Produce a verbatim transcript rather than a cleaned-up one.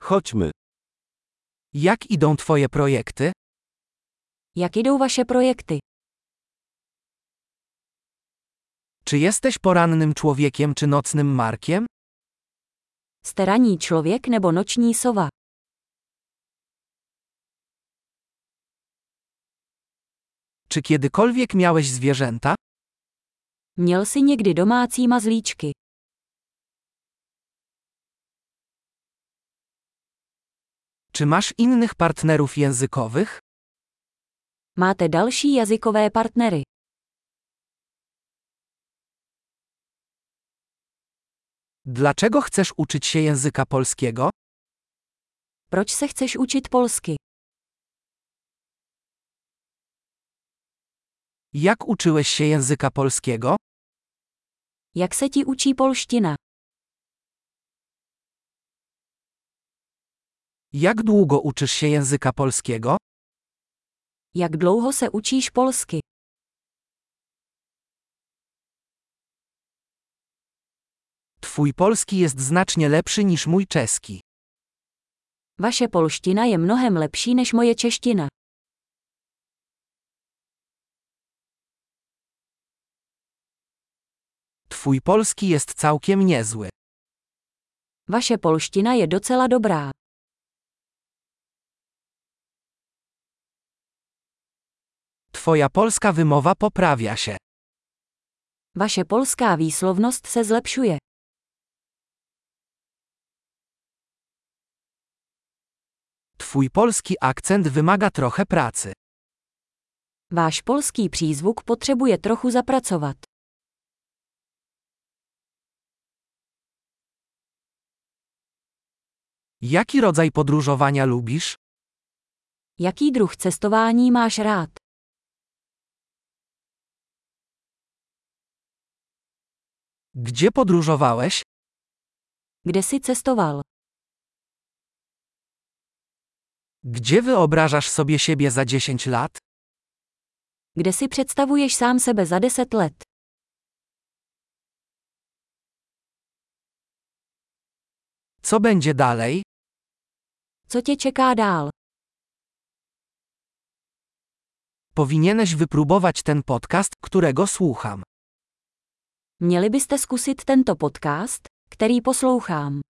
Chodźmy. Jak idą twoje projekty? Jak jdou vaše projekty? Czy jesteś porannym człowiekiem czy nocnym markiem? Jste ranní člověk nebo noční sova? Czy kiedykolwiek miałeś zwierzęta? Měl jsi někdy domácí mazlíčky? Czy masz innych partnerów językowych? Máte další jazykové partnery? Dlaczego chcesz uczyć się języka polskiego? Proč se chceš učit polsky? Jak uczyłeś się języka polskiego? Jak se ti učí polština? Jak długo uczysz się języka polskiego? Jak dlouho se učíš polsky? Twój polski jest znacznie lepszy niż mój czeski. Vaše polština je mnohem lepší než moje čeština. Twój polski jest całkiem niezły. Vaše polština je docela dobrá. Twoja polska wymowa poprawia się. Vaše polská výslovnost se zlepšuje. Twój polski akcent wymaga trochę pracy. Váš polský přízvuk potřebuje trochu zapracovat. Jaki rodzaj podróżowania lubisz? Jaký druh cestování máš rád? Gdzie podróżowałeś? Kde jsi cestoval? Gdzie wyobrażasz sobie siebie za dziesięć lat? Kde si představuješ sám sebe za deset let? Co będzie dalej? Co tě čeká dál? Powinieneś wypróbować ten podcast, którego słucham. Měli byste zkusit tento podcast, který poslouchám.